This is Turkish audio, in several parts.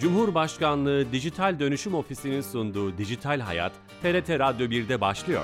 Cumhurbaşkanlığı Dijital Dönüşüm Ofisi'nin sunduğu Dijital Hayat, TRT Radyo 1'de başlıyor.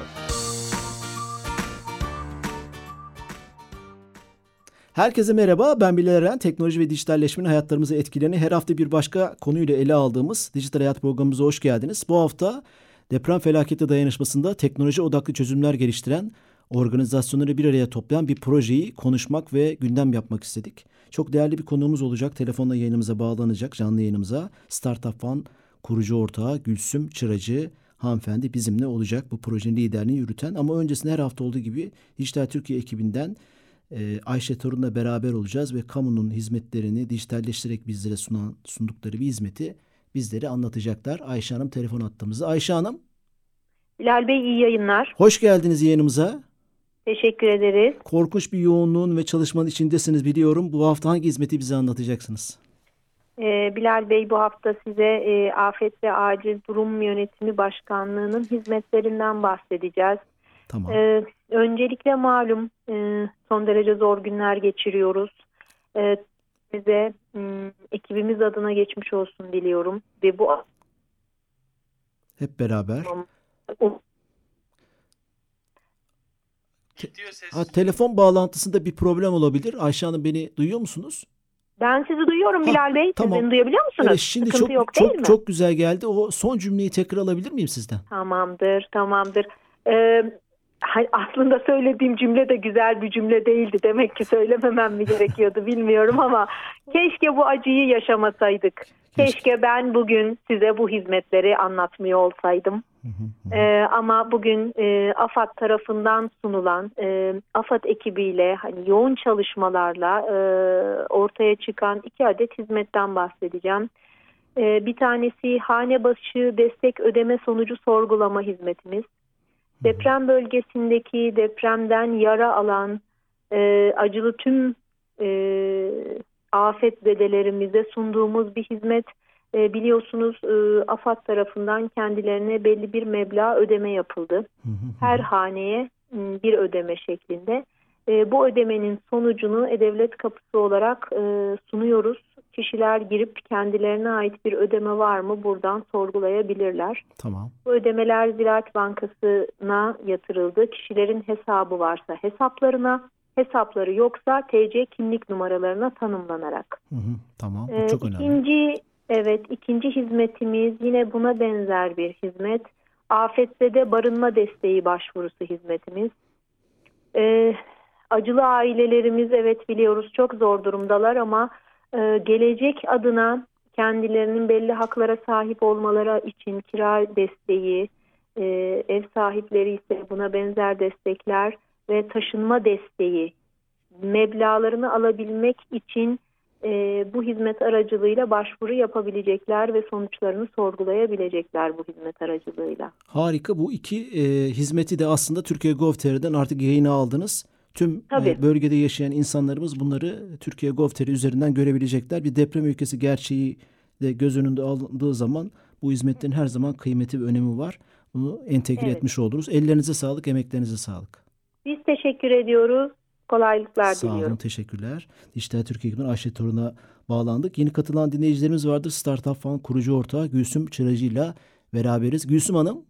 Herkese merhaba, ben Bilal Eren. Teknoloji ve dijitalleşmenin hayatlarımızı etkilerini her hafta bir başka konuyla ele aldığımız Dijital Hayat programımıza hoş geldiniz. Bu hafta deprem felaketi dayanışmasında teknoloji odaklı çözümler geliştiren, organizasyonları bir araya toplayan bir projeyi konuşmak ve gündem yapmak istedik. Çok değerli bir konuğumuz olacak. Telefonla yayınımıza bağlanacak, canlı yayınımıza. Startup One kurucu ortağı Gülsüm Çıracı hanımefendi bizimle olacak, bu projenin liderliğini yürüten. Ama öncesinde her hafta olduğu gibi Dijital Türkiye ekibinden Ayşe Torun'la beraber olacağız ve kamunun hizmetlerini dijitalleştirerek bizlere sundukları bir hizmeti bizlere anlatacaklar. Ayşe Hanım telefon attığımızda. Ayşe Hanım. Bilal Bey, iyi yayınlar. Hoş geldiniz yayınımıza. Teşekkür ederiz. Korkunç bir yoğunluğun ve çalışmanın içindesiniz biliyorum. Bu hafta hangi hizmeti bize anlatacaksınız? Bilal Bey, bu hafta size Afet ve Acil Durum Yönetimi Başkanlığı'nın hizmetlerinden bahsedeceğiz. Tamam. Öncelikle malum son derece zor günler geçiriyoruz. Size ekibimiz adına geçmiş olsun diliyorum. Ve bu hep beraber. Telefon bağlantısında bir problem olabilir. Ayşe Hanım, beni duyuyor musunuz? Ben sizi duyuyorum Bilal Bey. Tamam. Siz beni duyabiliyor musunuz? Evet, şimdi sıkıntı yok değil mi? Çok güzel geldi. O son cümleyi tekrar alabilir miyim sizden? Tamamdır. Aslında söylediğim cümle de güzel bir cümle değildi. Demek ki söylememem mi gerekiyordu bilmiyorum ama keşke bu acıyı yaşamasaydık. Keşke ben bugün size bu hizmetleri anlatmıyor olsaydım. Ama bugün AFAD tarafından sunulan, AFAD ekibiyle yoğun çalışmalarla ortaya çıkan 2 adet hizmetten bahsedeceğim. Bir tanesi hane başı destek ödeme sonucu sorgulama hizmetimiz. Deprem bölgesindeki depremden yara alan acılı tüm afetzedelerimize sunduğumuz bir hizmet. Biliyorsunuz AFAD tarafından kendilerine belli bir meblağ ödeme yapıldı. Her haneye bir ödeme şeklinde. Bu ödemenin sonucunu E-Devlet Kapısı olarak sunuyoruz. Kişiler girip kendilerine ait bir ödeme var mı buradan sorgulayabilirler. Tamam. Bu ödemeler Ziraat Bankası'na yatırıldı. Kişilerin hesabı varsa hesaplarına, hesapları yoksa TC kimlik numaralarına tanımlanarak. Tamam, bu çok önemli. İkinci hizmetimiz yine buna benzer bir hizmet. Afetzede barınma desteği başvurusu hizmetimiz. Acılı ailelerimiz biliyoruz çok zor durumdalar ama gelecek adına kendilerinin belli haklara sahip olmaları için kira desteği, ev sahipleri ise buna benzer destekler ve taşınma desteği meblağlarını alabilmek için bu hizmet aracılığıyla başvuru yapabilecekler ve sonuçlarını sorgulayabilecekler bu hizmet aracılığıyla. Harika. Bu 2 hizmeti de aslında Türkiye Gov.tr'den artık yayına aldınız. Tüm bölgede yaşayan insanlarımız bunları Türkiye Gov.tr üzerinden görebilecekler. Bir deprem ülkesi gerçeği de göz önünde alındığı zaman bu hizmetlerin her zaman kıymeti ve önemi var. Bunu entegre etmiş oldunuz. Ellerinize sağlık, emeklerinize sağlık. Biz teşekkür ediyoruz. Kolaylıklar diliyorum. Sağ olun, teşekkürler. Dijital Türkiye'den Ayşe Torun'a bağlandık. Yeni katılan dinleyicilerimiz vardır. Startup One kurucu ortağı Gülsüm Çıracı'yla beraberiz. Gülsüm Hanım.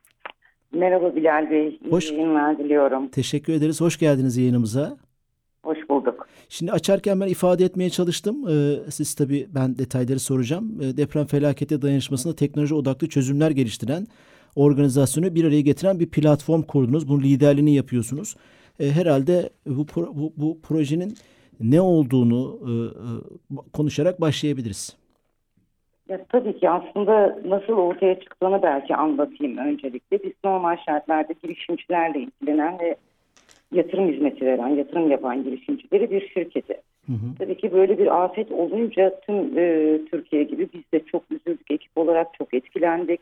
Merhaba Bilal Bey. İyi yayınlar diliyorum. Teşekkür ederiz. Hoş geldiniz yayınımıza. Hoş bulduk. Şimdi açarken ben ifade etmeye çalıştım. Siz tabii, ben detayları soracağım. Deprem felaketi dayanışmasında teknoloji odaklı çözümler geliştiren, organizasyonu bir araya getiren bir platform kurdunuz. Bunun liderliğini yapıyorsunuz. Herhalde bu projenin ne olduğunu konuşarak başlayabiliriz. Ya, tabii ki aslında nasıl ortaya çıktığını belki anlatayım öncelikle. Biz normal şartlarda girişimcilerle ilgilenen ve yatırım hizmeti veren, yatırım yapan girişimcileri bir şirketi. Tabii ki böyle bir afet olunca tüm Türkiye gibi biz de çok üzüldük. Ekip olarak çok etkilendik.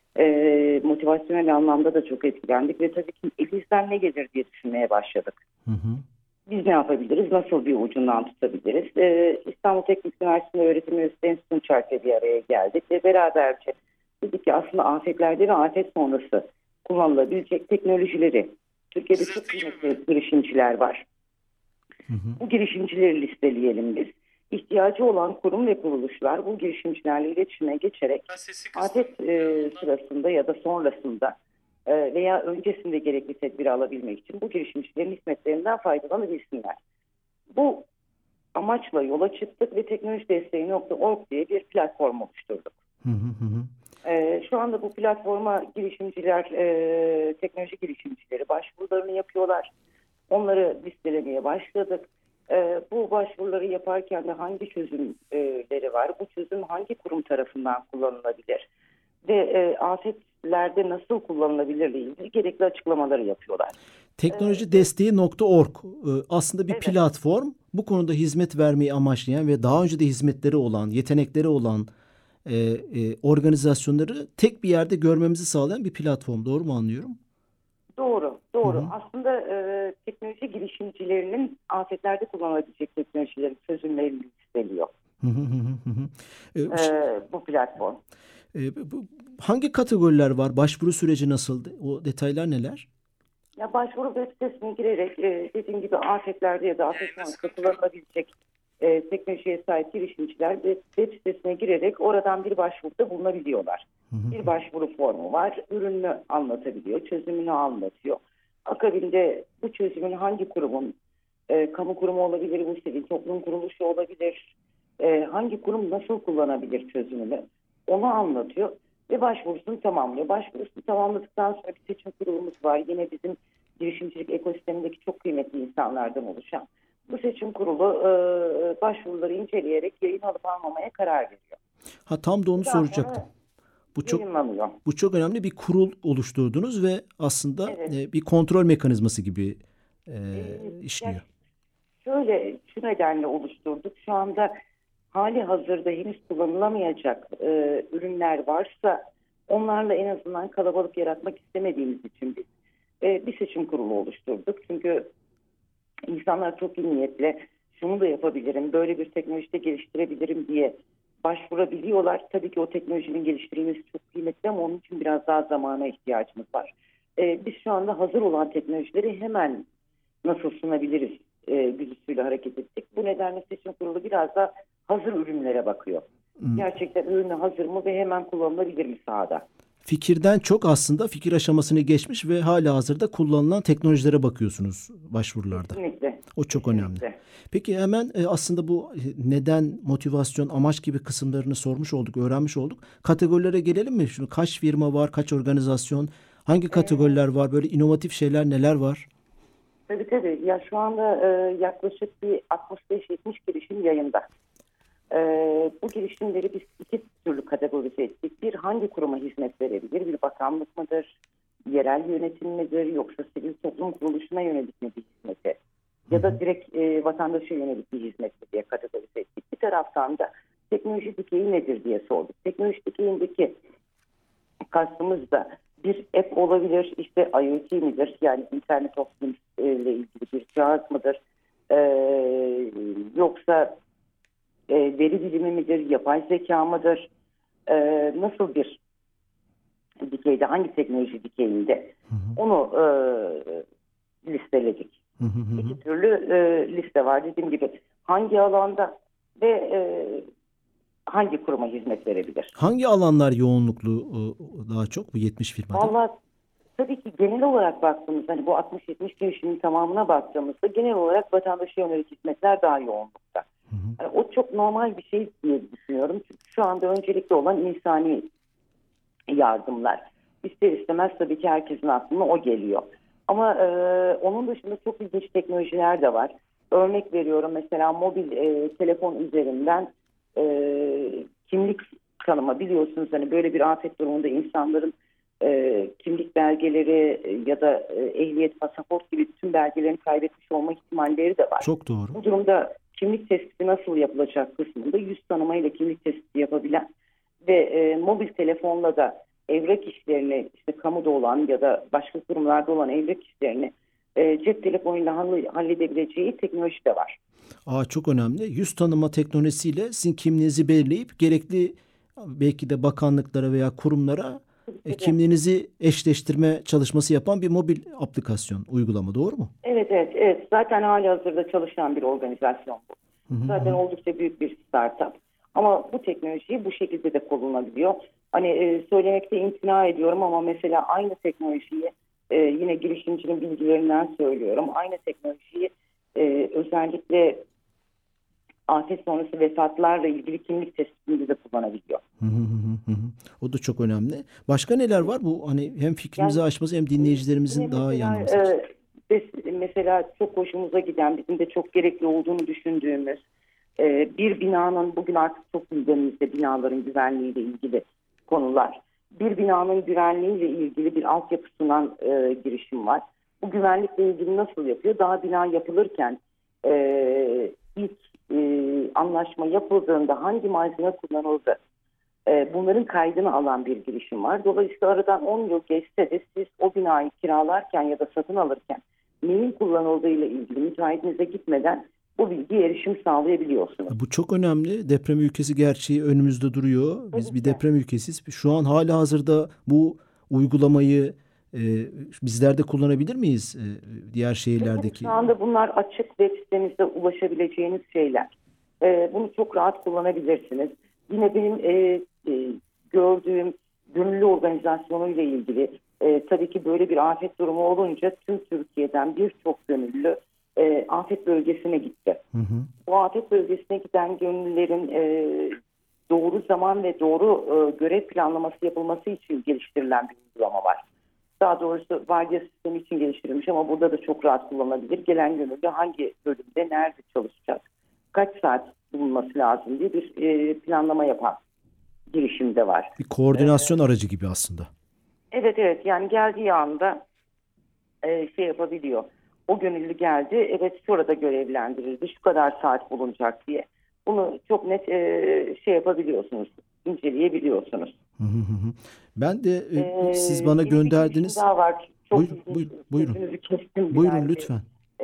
Motivasyonel anlamda da çok etkilendik ve tabii ki elimizden ne gelir diye düşünmeye başladık. Biz ne yapabiliriz, nasıl bir ucundan tutabiliriz? İstanbul Teknik Üniversitesi'nde öğretim üyesi Enstitü Tunçer'le bir araya geldik ve beraberce dedik ki aslında afetlerde ve afet sonrası kullanılabilecek teknolojileri, Türkiye'de çok kıymetli girişimciler var. Bu girişimcileri listeleyelim biz. ihtiyacı olan kurum ve kuruluşlar bu girişimcilerle iletişime geçerek afet sırasında ya da sonrasında veya öncesinde gerekli tedbiri alabilmek için bu girişimcilerin hizmetlerinden faydalanabilsinler. Bu amaçla yola çıktık ve teknolojidesteği.org diye bir platform oluşturduk. Şu anda bu platforma girişimciler, teknoloji girişimcileri başvurularını yapıyorlar. Onları listelemeye başladık. Bu başvuruları yaparken de hangi çözümleri var? Bu çözüm hangi kurum tarafından kullanılabilir? Ve afetlerde nasıl kullanılabilirle ilgili gerekli açıklamaları yapıyorlar. Teknolojidesteği.org aslında bir platform. Bu konuda hizmet vermeyi amaçlayan ve daha önce de hizmetleri olan, yetenekleri olan organizasyonları tek bir yerde görmemizi sağlayan bir platform. Doğru mu anlıyorum? Doğru. Aslında teknoloji girişimcilerinin afetlerde kullanabilecek teknolojilerin çözümlerini listeliyor. Bu platform. Hangi kategoriler var? Başvuru süreci nasıl? O detaylar neler? Ya başvuru web sitesine girerek dediğim gibi afetlerde ya da afet sonrasında kullanılabilecek teknolojiye sahip girişimciler web sitesine girerek oradan bir başvuruda bulunabiliyorlar. Bir başvuru formu var. Ürününü anlatabiliyor, çözümünü anlatıyor. Akabinde bu çözümün hangi kurumun, kamu kurumu olabilir, bu sivil toplum kuruluşu olabilir, hangi kurum nasıl kullanabilir çözümünü onu anlatıyor ve başvurusunu tamamlıyor. Başvurusunu tamamladıktan sonra bir seçim kurulumuz var. Yine bizim girişimcilik ekosistemindeki çok kıymetli insanlardan oluşan. Bu seçim kurulu başvuruları inceleyerek yayın alıp almamaya karar veriyor. Tam da onu soracaktım. Bu çok önemli, bir kurul oluşturdunuz ve aslında bir kontrol mekanizması gibi işliyor. Şöyle, şu nedenle oluşturduk. Şu anda hali hazırda henüz kullanılamayacak ürünler varsa onlarla en azından kalabalık yaratmak istemediğimiz için biz bir seçim kurulu oluşturduk. Çünkü insanlar çok iyi niyetle şunu da yapabilirim, böyle bir teknolojide geliştirebilirim diye başvurabiliyorlar. Tabii ki o teknolojinin geliştirilmesi çok kıymetli ama onun için biraz daha zamana ihtiyacımız var. Biz şu anda hazır olan teknolojileri hemen nasıl sunabiliriz güdüsüyle hareket ettik. Bu nedenle seçim kurulu biraz da hazır ürünlere bakıyor. Gerçekten ürünü hazır mı ve hemen kullanılabilir mi sahada? Fikirden çok aslında fikir aşamasını geçmiş ve hala hazırda kullanılan teknolojilere bakıyorsunuz başvurularda. Kesinlikle. O çok önemli. Peki hemen aslında bu neden, motivasyon, amaç gibi kısımlarını sormuş olduk, öğrenmiş olduk. Kategorilere gelelim mi? Şimdi kaç firma var, kaç organizasyon, hangi kategoriler var, böyle inovatif şeyler neler var? Tabii. Ya şu anda yaklaşık bir 65-70 girişim yayında. Bu girişimleri biz iki türlü kategorize ettik. Bir, hangi kuruma hizmet verebilir? Bir bakanlık mıdır? Yerel yönetim midir? Yoksa sivil toplum kuruluşuna yönelik mi bir hizmeti? Ya da direkt vatandaşa yönelik bir hizmet mi diye kategorize ettik. Bir taraftan da teknoloji dikeyi nedir diye sorduk. Teknoloji dikeyindeki kastımız da bir app olabilir, işte IoT midir? Yani Internet of Things ile ilgili bir cihaz mıdır? Yoksa veri bilimi midir, yapay zeka mıdır, nasıl bir dikeyde, hangi teknoloji dikeyinde onu listeledik. İki türlü liste var. Dediğim gibi hangi alanda ve hangi kuruma hizmet verebilir? Hangi alanlar yoğunluklu daha çok bu 70 firmada? Vallahi tabii ki genel olarak baktığımızda, hani bu 60-70 girişimin tamamına baktığımızda genel olarak vatandaşa yönelik hizmetler daha yoğunlukta. Yani o çok normal bir şey diye düşünüyorum. Çünkü şu anda öncelikli olan insani yardımlar. İster istemez tabii ki herkesin aklına o geliyor. Ama onun dışında çok ilginç teknolojiler de var. Örnek veriyorum, mesela mobil telefon üzerinden kimlik tanıma. Biliyorsunuz hani böyle bir afet durumunda insanların kimlik belgeleri ya da ehliyet, pasaport gibi bütün belgelerini kaybetmiş olma ihtimalleri de var. Çok doğru. Bu durumda kimlik tespiti nasıl yapılacak kısmında yüz tanımayla kimlik tespiti yapabilen ve mobil telefonla da evrak işlerini, işte kamuda olan ya da başka kurumlarda olan evrak işlerini cep telefonuyla halledebileceği teknoloji de var. Çok önemli. Yüz tanıma teknolojisiyle sizin kimliğinizi belirleyip gerekli belki de bakanlıklara veya kurumlara kimliğinizi eşleştirme çalışması yapan bir mobil aplikasyon, uygulama, doğru mu? Evet. Zaten halihazırda çalışan bir organizasyon bu. Zaten oldukça büyük bir startup. Ama bu teknolojiyi bu şekilde de kullanılabiliyor. Hani söylemekte imtina ediyorum ama mesela aynı teknolojiyi yine girişimcinin bilgilerinden söylüyorum. Aynı teknolojiyi özellikle afet sonrası vefatlarla ilgili kimlik tespitinde de kullanabiliyor. O da çok önemli. Başka neler var? Bu hani hem fikrimizi Yani açması hem yine dinleyicilerimizin daha iyi mesela anlaması için. mesela çok hoşumuza giden, bizim de çok gerekli olduğunu düşündüğümüz bir binanın, bugün artık çok gündemimizde binaların güvenliğiyle ilgili konular. Bir binanın güvenliğiyle ilgili bir altyapı sunan girişim var. Bu güvenlikle ilgili nasıl yapıyor? Daha bina yapılırken ilk anlaşma yapıldığında hangi malzeme kullanıldı? Bunların kaydını alan bir girişim var. Dolayısıyla aradan 10 yıl geçse de siz o binayı kiralarken ya da satın alırken neyin kullanıldığıyla ilgili müteahhitinize gitmeden bu bilgiye erişim sağlayabiliyorsunuz. Bu çok önemli. Deprem ülkesi gerçeği önümüzde duruyor. Biz Tabii bir ki. deprem ülkesiyiz. Şu an hala hazırda bu uygulamayı bizler de kullanabilir miyiz? Diğer şehirlerdeki. Şu anda bunlar açık web sitemizde ulaşabileceğiniz şeyler. Bunu çok rahat kullanabilirsiniz. Yine benim gördüğüm gönüllü organizasyonuyla ilgili tabii ki böyle bir afet durumu olunca tüm Türkiye'den birçok gönüllü afet bölgesine gitti. Bu afet bölgesine giden gönüllülerin doğru zaman ve doğru görev planlaması yapılması için geliştirilen bir uygulama var. Daha doğrusu vardiya sistemi için geliştirilmiş ama burada da çok rahat kullanılabilir. Gelen gönüllü hangi bölümde nerede çalışacak, kaç saat bulunması lazım diye bir planlama yapan girişimde var. Bir koordinasyon aracı gibi aslında. Evet, yani geldiği anda şey yapabiliyor. O gönüllü geldi, evet şurada görevlendirildi, şu kadar saat bulunacak diye. Bunu çok net şey yapabiliyorsunuz, inceleyebiliyorsunuz. Ben de siz bana Yine bir gönderdiniz. girişim daha var. Çok Buyurun. sözünüzü kestim. Buyurun lütfen.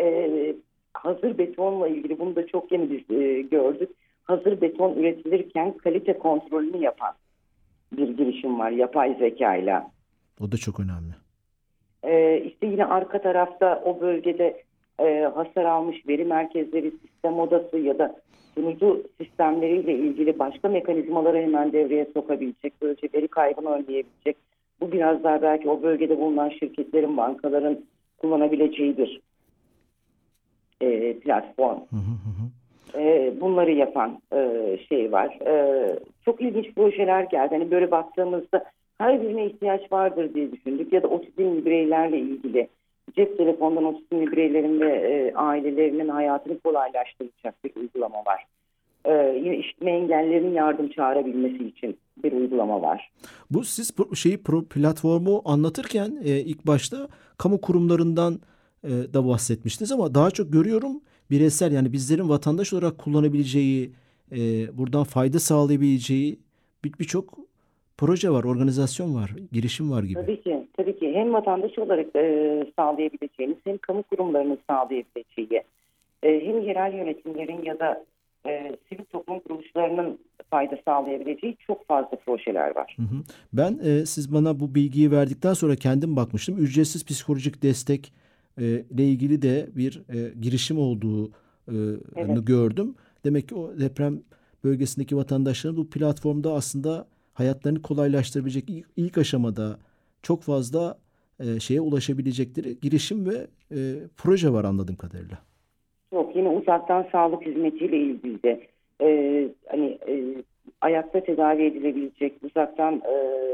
Hazır betonla ilgili bunu da çok yeni biz gördük. Hazır beton üretilirken kalite kontrolünü yapan bir girişim var yapay zeka ile. O da çok önemli. İşte yine arka tarafta o bölgede hasar almış veri merkezleri, sistem odası ya da sunucu sistemleriyle ilgili başka mekanizmaları hemen devreye sokabilecek, böylece veri kaybını önleyebilecek. Bu biraz daha belki o bölgede bulunan şirketlerin, bankaların kullanabileceği bir platform. Bunları yapan şey var. Çok ilginç projeler geldi. Hani böyle baktığımızda her birine ihtiyaç vardır diye düşündük. Ya da otizmli bireylerle ilgili cep telefonundan otizmli bireylerin ve ailelerinin hayatını kolaylaştıracak bir uygulama var. Yine işitme engellilerin yardım çağırabilmesi için bir uygulama var. Bu siz platformu anlatırken ilk başta kamu kurumlarından da bahsetmiştiniz ama daha çok görüyorum bireysel, yani bizlerin vatandaş olarak kullanabileceği, buradan fayda sağlayabileceği birçok proje var, organizasyon var, girişim var gibi. Tabii ki hem vatandaş olarak sağlayabileceğiniz hem kamu kurumlarının sağlayabileceği hem yerel yönetimlerin ya da sivil toplum kuruluşlarının fayda sağlayabileceği çok fazla projeler var. Ben siz bana bu bilgiyi verdikten sonra kendim bakmıştım. Ücretsiz psikolojik destek ile ilgili de bir girişim olduğunu gördüm. Demek ki o deprem bölgesindeki vatandaşların bu platformda aslında hayatlarını kolaylaştırabilecek ilk aşamada çok fazla şeye ulaşabilecekleri girişim ve proje var anladığım kadarıyla. Yok, yine uzaktan sağlık hizmetiyle ilgili de ayakta tedavi edilebilecek, uzaktan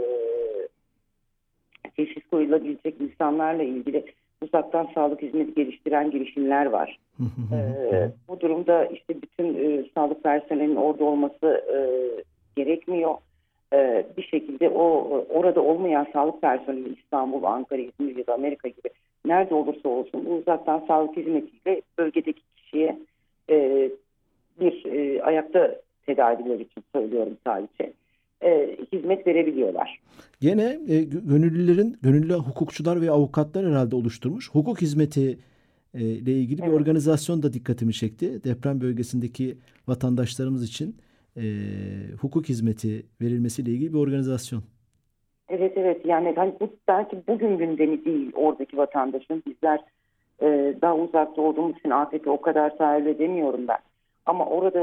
teşhis koyulabilecek insanlarla ilgili uzaktan sağlık hizmeti geliştiren girişimler var. Bu durumda işte bütün sağlık personelinin orada olması gerekmiyor. Bir şekilde orada olmayan sağlık personeli İstanbul, Ankara, İzmir ya da Amerika gibi nerede olursa olsun bu uzaktan sağlık hizmetiyle bölgedeki kişiye bir ayakta tedaviler için söylüyorum sadece hizmet verebiliyorlar. Gene gönüllü hukukçular ve avukatlar herhalde oluşturmuş. Hukuk hizmeti ile ilgili bir organizasyon da dikkatimi çekti. Deprem bölgesindeki vatandaşlarımız için hukuk hizmeti verilmesiyle ilgili bir organizasyon. Evet, yani bu belki bugün gündemi değil oradaki vatandaşın. Bizler daha uzakta olduğumuz için afeti o kadar tahayyül edemiyorum ben. Ama orada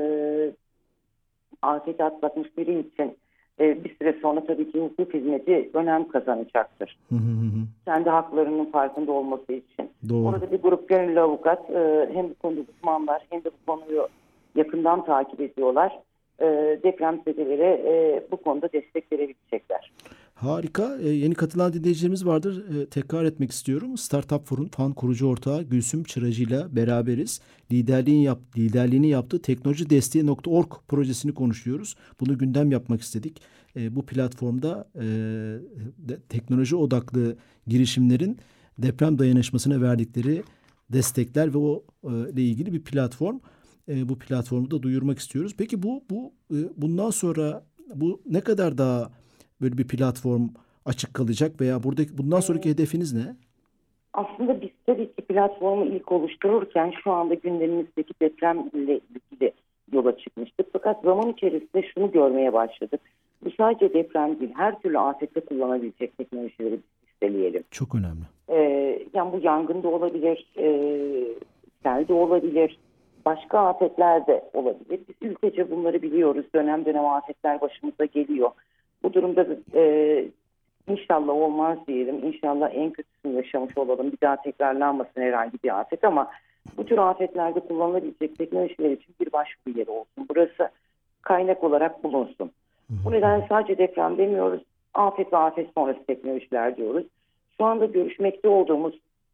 afeti atlatmış biri için bir süre sonra tabii ki hukuk hizmeti önem kazanacaktır. Kendi haklarının farkında olması için. Doğru. Orada bir grup gönüllü avukat hem bu konuda uzmanlar hem de bu konuyu yakından takip ediyorlar. Depremzedelere bu konuda destek verebilecekler. Harika. Yeni katılan dinleyicilerimiz vardır. Tekrar etmek istiyorum. Startup Fund kurucu ortağı Gülsüm Çıracı'yla beraberiz. Liderliğini yaptığı teknolojidesteği.org projesini konuşuyoruz. Bunu gündem yapmak istedik. Bu platformda teknoloji odaklı girişimlerin deprem dayanışmasına verdikleri destekler ve o ile ilgili bir platform. Bu platformu da duyurmak istiyoruz. Peki bundan sonra bu ne kadar daha böyle bir platform açık kalacak veya bundan sonraki hedefiniz ne? Aslında biz tabii ki platformu ilk oluştururken şu anda gündemimizdeki depremle ilgili yola çıkmıştık. Fakat zaman içerisinde şunu görmeye başladık. Bu sadece deprem değil, her türlü afette kullanabilecek teknolojileri listeleyelim. Çok önemli. Yani bu yangın da olabilir, sel de olabilir, başka afetler de olabilir. Biz ülkece bunları biliyoruz. Dönem dönem afetler başımıza geliyor. Bu durumda inşallah olmaz diyelim. İnşallah en kötüsünü yaşamış olalım. Bir daha tekrarlanmasın herhangi bir afet ama bu tür afetlerde kullanılabilecek teknolojiler için bir başvuru yeri olsun. Burası kaynak olarak bulunsun. Bu nedenle sadece deprem demiyoruz. Afet ve afet sonrası teknolojiler diyoruz. Şu anda görüşmekte olduğumuz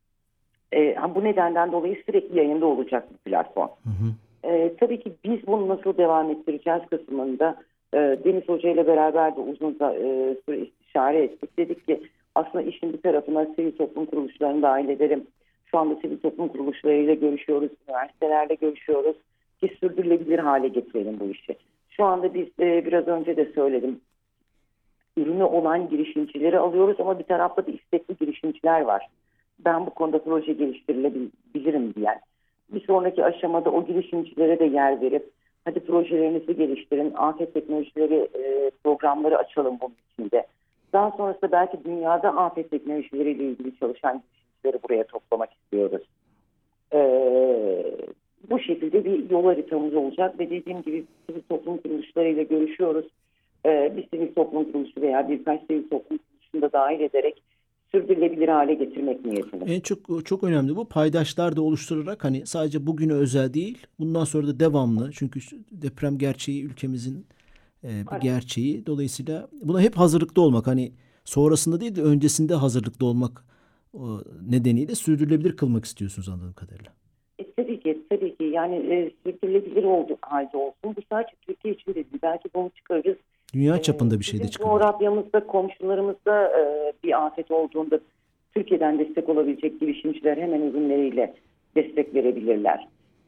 bu nedenden dolayı sürekli yayında olacak bir platform. Tabii ki biz bunu nasıl devam ettireceğiz kısmında Deniz Hoca ile beraber de uzun süre istişare ettik. Dedik ki aslında işin bir tarafına sivil toplum kuruluşlarını dahil edelim. Şu anda sivil toplum kuruluşlarıyla görüşüyoruz, üniversitelerle görüşüyoruz ki sürdürülebilir hale getirelim bu işi. Şu anda biz biraz önce de söyledim. Ürünü olan girişimcileri alıyoruz ama bir tarafta da istekli girişimciler var. Ben bu konuda proje geliştirilebilirim diyen. Bir sonraki aşamada o girişimcilere de yer verip hadi projelerinizi geliştirin, afet teknolojileri programları açalım bunun içinde. Daha sonrasında belki dünyada afet teknolojileriyle ilgili çalışan girişimcileri buraya toplamak istiyoruz. Bu şekilde bir yol haritamız olacak ve dediğim gibi sivil toplum kuruluşlarıyla görüşüyoruz. Bir sivil toplum kuruluşu veya birkaç sivil toplum kuruluşunu da dahil ederek sürdürülebilir hale getirmek niyetinde. En çok önemli bu. Paydaşlar da oluşturarak hani sadece bugüne özel değil, bundan sonra da devamlı. Çünkü deprem gerçeği ülkemizin bir gerçeği. Dolayısıyla buna hep hazırlıklı olmak, hani sonrasında değil de öncesinde hazırlıklı olmak nedeniyle sürdürülebilir kılmak istiyorsunuz anladığım kadarıyla. Tabii ki yani sürdürülebilir halde olsun. Bu sadece Türkiye için de değil. Belki bunu çıkarırız. Dünya çapında bir şey de çıkabilir. Coğrafyamızda, komşularımızda bir afet olduğunda Türkiye'den destek olabilecek girişimciler hemen ürünleriyle destek verebilirler.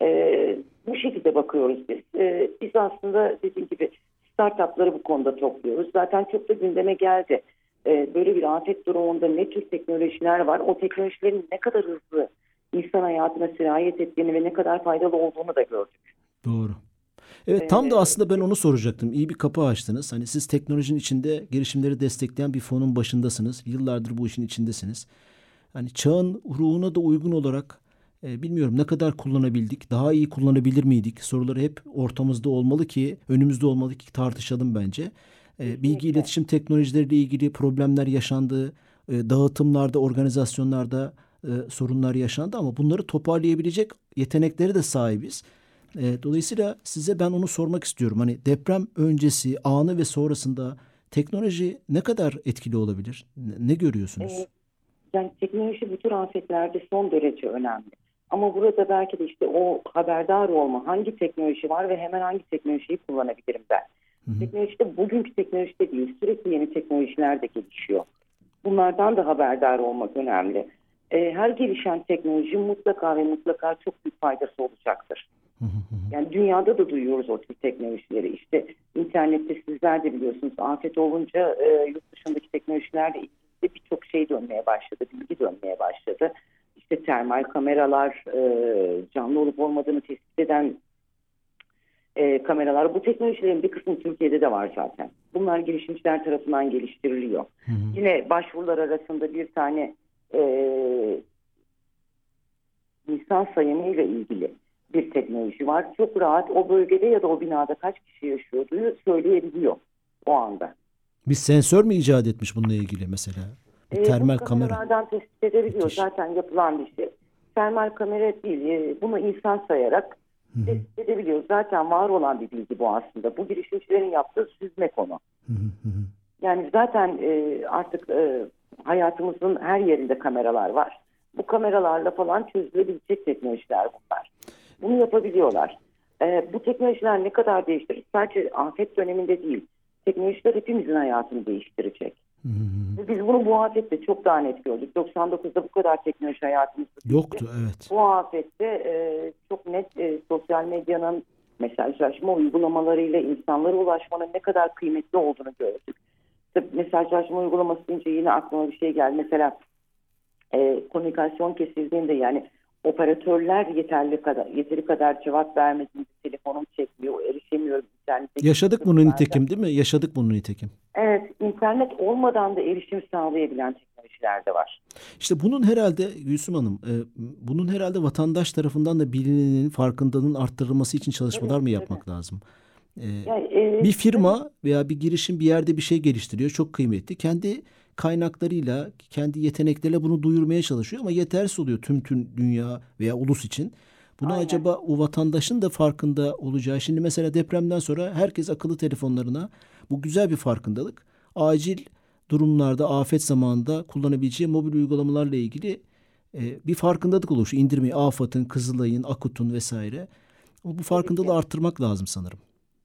Bu şekilde bakıyoruz biz. Biz aslında dediğim gibi startupları bu konuda topluyoruz. Zaten çok da gündeme geldi. Böyle bir afet durumunda ne tür teknolojiler var? O teknolojilerin ne kadar hızlı insan hayatına sirayet ettiğini ve ne kadar faydalı olduğunu da gördük. Doğru. Evet, tam da aslında ben onu soracaktım. İyi bir kapı açtınız. Hani siz teknolojinin içinde girişimleri destekleyen bir fonun başındasınız. Yıllardır bu işin içindesiniz. Hani çağın ruhuna da uygun olarak bilmiyorum ne kadar kullanabildik, daha iyi kullanabilir miydik? Soruları hep ortamızda olmalı ki, önümüzde olmalı ki tartışalım bence. Bilgi iletişim teknolojileriyle ilgili problemler yaşandı. Dağıtımlarda, organizasyonlarda sorunlar yaşandı ama bunları toparlayabilecek yetenekleri de sahibiz. Dolayısıyla size ben onu sormak istiyorum. Hani deprem öncesi, anı ve sonrasında teknoloji ne kadar etkili olabilir? Ne görüyorsunuz? Yani teknoloji bu tür afetlerde son derece önemli. Ama burada belki de işte o haberdar olma, hangi teknoloji var ve hemen hangi teknolojiyi kullanabilirim ben. Teknolojide bugünkü teknolojide değil, sürekli yeni teknolojiler de gelişiyor. Bunlardan da haberdar olmak önemli. Her gelişen teknoloji mutlaka ve mutlaka çok büyük faydası olacaktır. Yani dünyada da duyuyoruz o tip teknolojileri. İşte internette sizler de biliyorsunuz afet olunca yurt dışındaki teknolojilerle ilgili birçok şey dönmeye başladı, bilgi dönmeye başladı. İşte termal kameralar, canlı olup olmadığını tespit eden kameralar. Bu teknolojilerin bir kısmı Türkiye'de de var zaten. Bunlar girişimciler tarafından geliştiriliyor. Yine başvurular arasında bir tane insan sayımıyla ilgili bir teknoloji var. Çok rahat o bölgede ya da o binada kaç kişi yaşıyorduğunu söyleyebiliyor o anda. Bir sensör mü icat etmiş bununla ilgili mesela? Bir termal Bu kamera. kameralardan tespit edebiliyor. Müthiş. Zaten yapılan bir şey. Termal kamera değil, bunu insan sayarak tespit edebiliyor. Zaten var olan bir bilgi bu aslında. Bu girişimcilerin yaptığı süzme konu. Yani zaten artık hayatımızın her yerinde kameralar var. Bu kameralarla falan çözülebilecek teknolojiler bunlar. Bunu yapabiliyorlar. Bu teknolojiler ne kadar değiştirir? Sadece afet döneminde değil. Teknolojiler hepimizin hayatını değiştirecek. Biz bunu bu afette çok daha net gördük. 99'da bu kadar teknoloji hayatımızda Yoktu, evet. Bu afette çok net sosyal medyanın mesajlaşma uygulamalarıyla insanlara ulaşmanın ne kadar kıymetli olduğunu gördük. Tabii mesajlaşma uygulaması deyince yine aklıma bir şey geldi. Mesela komünikasyon kesildiğinde, yani operatörler yeteri kadar cevap vermediğinde telefonum çekmiyor, erişemiyorum. Yaşadık bunu nitekim, değil mi? Yaşadık bunu nitekim. Evet, internet olmadan da erişim sağlayabilen teknolojiler de var. İşte bunun herhalde Gülsüm Hanım, bunun herhalde vatandaş tarafından da bilinenin, farkındalığının arttırılması için çalışmalar mı yapmak lazım? Bir firma veya bir girişim bir yerde bir şey geliştiriyor, çok kıymetli. Kendi kaynaklarıyla, kendi yetenekleriyle bunu duyurmaya çalışıyor ama yetersiz oluyor tüm dünya veya ulus için. Bunu Aynen. acaba o vatandaşın da farkında olacağı. Şimdi mesela depremden sonra herkes akıllı telefonlarına, bu güzel bir farkındalık. Acil durumlarda, afet zamanında kullanabileceği mobil uygulamalarla ilgili bir farkındalık oluşuyor. İndirmeyi, AFAD'ın, Kızılay'ın, Akut'un vesaire. Ama bu farkındalığı arttırmak lazım sanırım.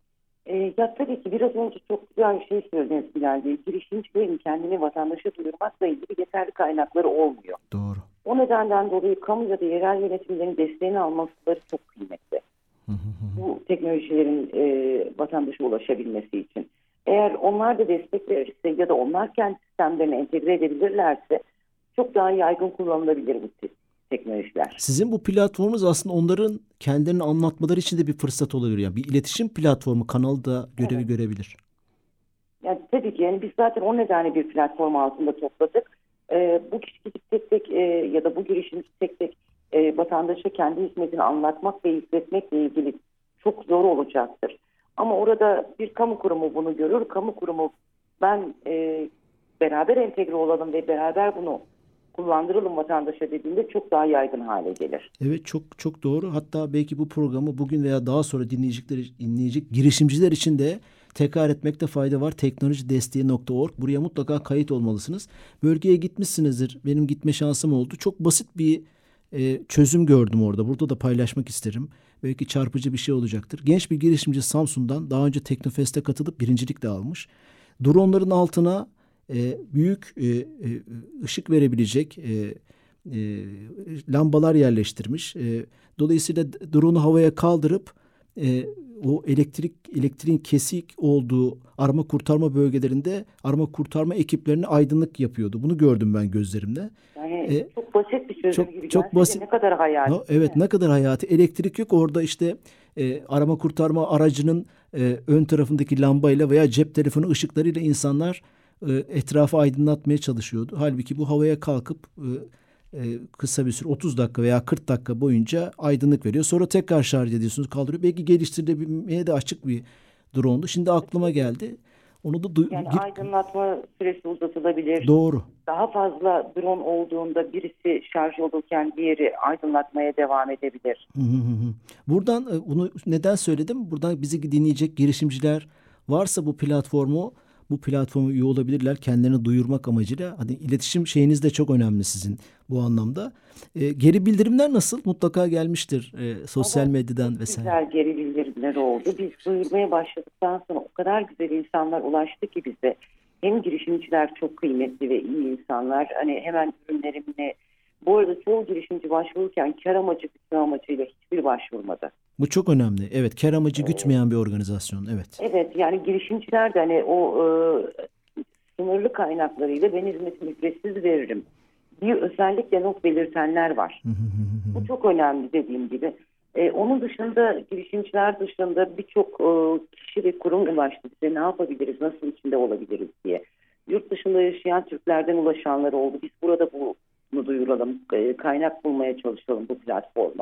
Ya tabii ki biraz önce çok güzel bir şey söylediniz Bilal Bey. Girişimcilerin kendini vatandaşa duyurmakla ilgili yeterli kaynakları olmuyor. Doğru. O nedenden dolayı kamu ya da yerel yönetimlerin desteğini almaları çok kıymetli. Bu teknolojilerin vatandaşa ulaşabilmesi için. Eğer onlar da destek verirse ya da onlar kendi sistemlerine entegre edebilirlerse çok daha yaygın kullanılabilir bu teknolojiler. Sizin bu platformunuz aslında onların kendilerini anlatmaları için de bir fırsat olabilir. Yani bir iletişim platformu, kanalı da görevi görebilir. Yani tabii ki, yani biz zaten o nedenle bir platform altında topladık. Bu kişi tek tek ya da bu girişimci tek tek vatandaşa kendi hizmetini anlatmak ve izletmekle ilgili çok zor olacaktır. Ama orada bir kamu kurumu bunu görür. Kamu kurumu beraber entegre olalım ve beraber bunu kullandıralım vatandaşa dediğinde çok daha yaygın hale gelir. Evet, çok çok doğru. Hatta belki bu programı bugün veya daha sonra dinleyecek girişimciler için de tekrar etmekte fayda var. Teknolojidesteği.org. Buraya mutlaka kayıt olmalısınız. Bölgeye gitmişsinizdir. Benim gitme şansım oldu. Çok basit bir çözüm gördüm orada. Burada da paylaşmak isterim. Belki çarpıcı bir şey olacaktır. Genç bir girişimci Samsun'dan daha önce Teknofest'e katılıp birincilik de almış. Dronların altına büyük ışık verebilecek lambalar yerleştirmiş. Dolayısıyla drone'u havaya kaldırıp o elektriğin kesik olduğu arama kurtarma bölgelerinde arama kurtarma ekiplerine aydınlık yapıyordu. Bunu gördüm ben gözlerimle. Yani çok basit bir çözüm gibi. Çok basit. Ne kadar hayati. Evet, ne kadar hayati. Elektrik yok orada, işte arama kurtarma aracının ön tarafındaki lambayla veya cep telefonu ışıklarıyla insanlar etrafı aydınlatmaya çalışıyordu. Halbuki bu havaya kalkıp kısa bir süre 30 dakika veya 40 dakika boyunca aydınlık veriyor. Sonra tekrar şarj ediyorsunuz, kaldırıyor. Belki geliştirilebilmeye de açık bir drone'du. Şimdi aklıma geldi. Onu da yani aydınlatma süresi uzatılabilir. Doğru. Daha fazla drone olduğunda birisi şarj olurken diğeri aydınlatmaya devam edebilir. Buradan bunu neden söyledim? Buradan bizi dinleyecek girişimciler varsa bu platforma üye olabilirler. Kendilerini duyurmak amacıyla. Hani iletişim şeyiniz de çok önemli sizin bu anlamda. Geri bildirimler nasıl? Mutlaka gelmiştir sosyal medyadan vesaire. Güzel geri bildirimler oldu. Biz duyurmaya başladıktan sonra o kadar güzel insanlar ulaştı ki bize. Hem girişimciler çok kıymetli ve iyi insanlar. Hani hemen ürünlerimle. Bu arada çoğu girişimci başvururken kar amacı gütme amacıyla hiçbir başvurmadı. Bu çok önemli. Evet, kar amacı gütmeyen bir organizasyon. Evet. Evet, yani girişimciler de hani o sınırlı kaynaklarıyla ben hizmetimi ücretsiz veririm diye özellikle not belirtenler var. Bu çok önemli dediğim gibi. Onun dışında girişimciler dışında birçok kişi ve kurum ulaştı bize, ne yapabiliriz, nasıl içinde olabiliriz diye. Yurt dışında yaşayan Türklerden ulaşanlar oldu. Biz burada bunu duyuralım, kaynak bulmaya çalışalım bu platforma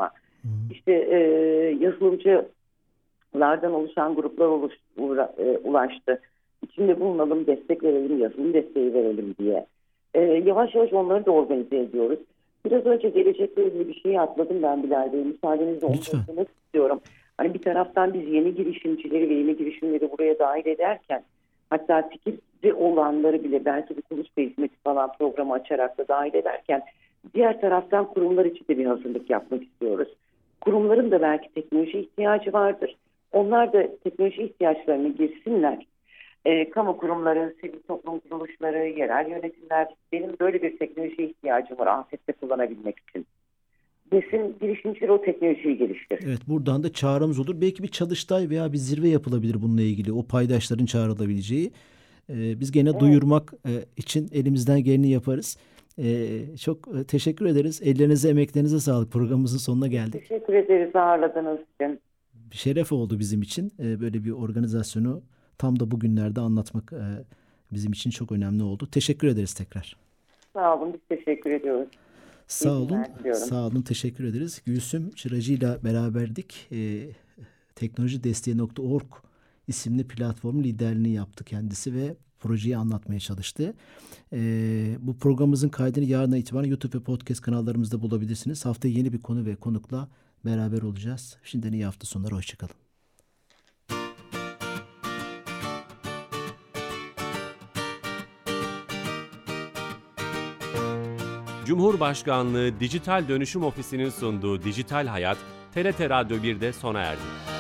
İşte yazılımcılardan oluşan gruplar ulaştı. İçinde bulunalım, destek verelim, yazılım desteği verelim diye. Yavaş yavaş onları da organize ediyoruz. Biraz önce gelecekle ilgili bir şeyi atladım ben Bilal Bey. Müsaadenizle onu söylemek istiyorum. Hani bir taraftan biz yeni girişimcileri ve yeni girişimleri buraya dahil ederken, hatta fikirli olanları bile belki bir kuluçka hizmeti falan programı açarak da dahil ederken, diğer taraftan kurumlar için de bir hazırlık yapmak istiyoruz. Kurumların da belki teknoloji ihtiyacı vardır. Onlar da teknoloji ihtiyaçlarını girsinler. Kamu kurumları, sivil toplum kuruluşları, yerel yönetimler, benim böyle bir teknoloji ihtiyacım var afette kullanabilmek için. Desin, girişimciler o teknolojiyi geliştirir. Evet, buradan da çağrımız olur. Belki bir çalıştay veya bir zirve yapılabilir bununla ilgili. O paydaşların çağrılabileceği. Biz gene duyurmak için elimizden geleni yaparız. Çok teşekkür ederiz. Ellerinize, emeklerinize sağlık. Programımızın sonuna geldik. Teşekkür ederiz ağırladığınız için. Bir şeref oldu bizim için. Böyle bir organizasyonu tam da bugünlerde anlatmak bizim için çok önemli oldu. Teşekkür ederiz tekrar. Sağ olun, biz teşekkür ediyoruz. Sağ olun. Sağ olun, teşekkür ederiz. Gülsüm Çıracı ile beraberdik. Teknolojidesteği.org isimli platform liderliğini yaptı kendisi ve projeyi anlatmaya çalıştı. Bu programımızın kaydını yarından itibaren YouTube ve podcast kanallarımızda bulabilirsiniz. Haftaya yeni bir konu ve konukla beraber olacağız. Şimdiden iyi hafta sonları. Hoşçakalın. Cumhurbaşkanlığı Dijital Dönüşüm Ofisi'nin sunduğu Dijital Hayat, TRT Radyo 1'de sona erdi.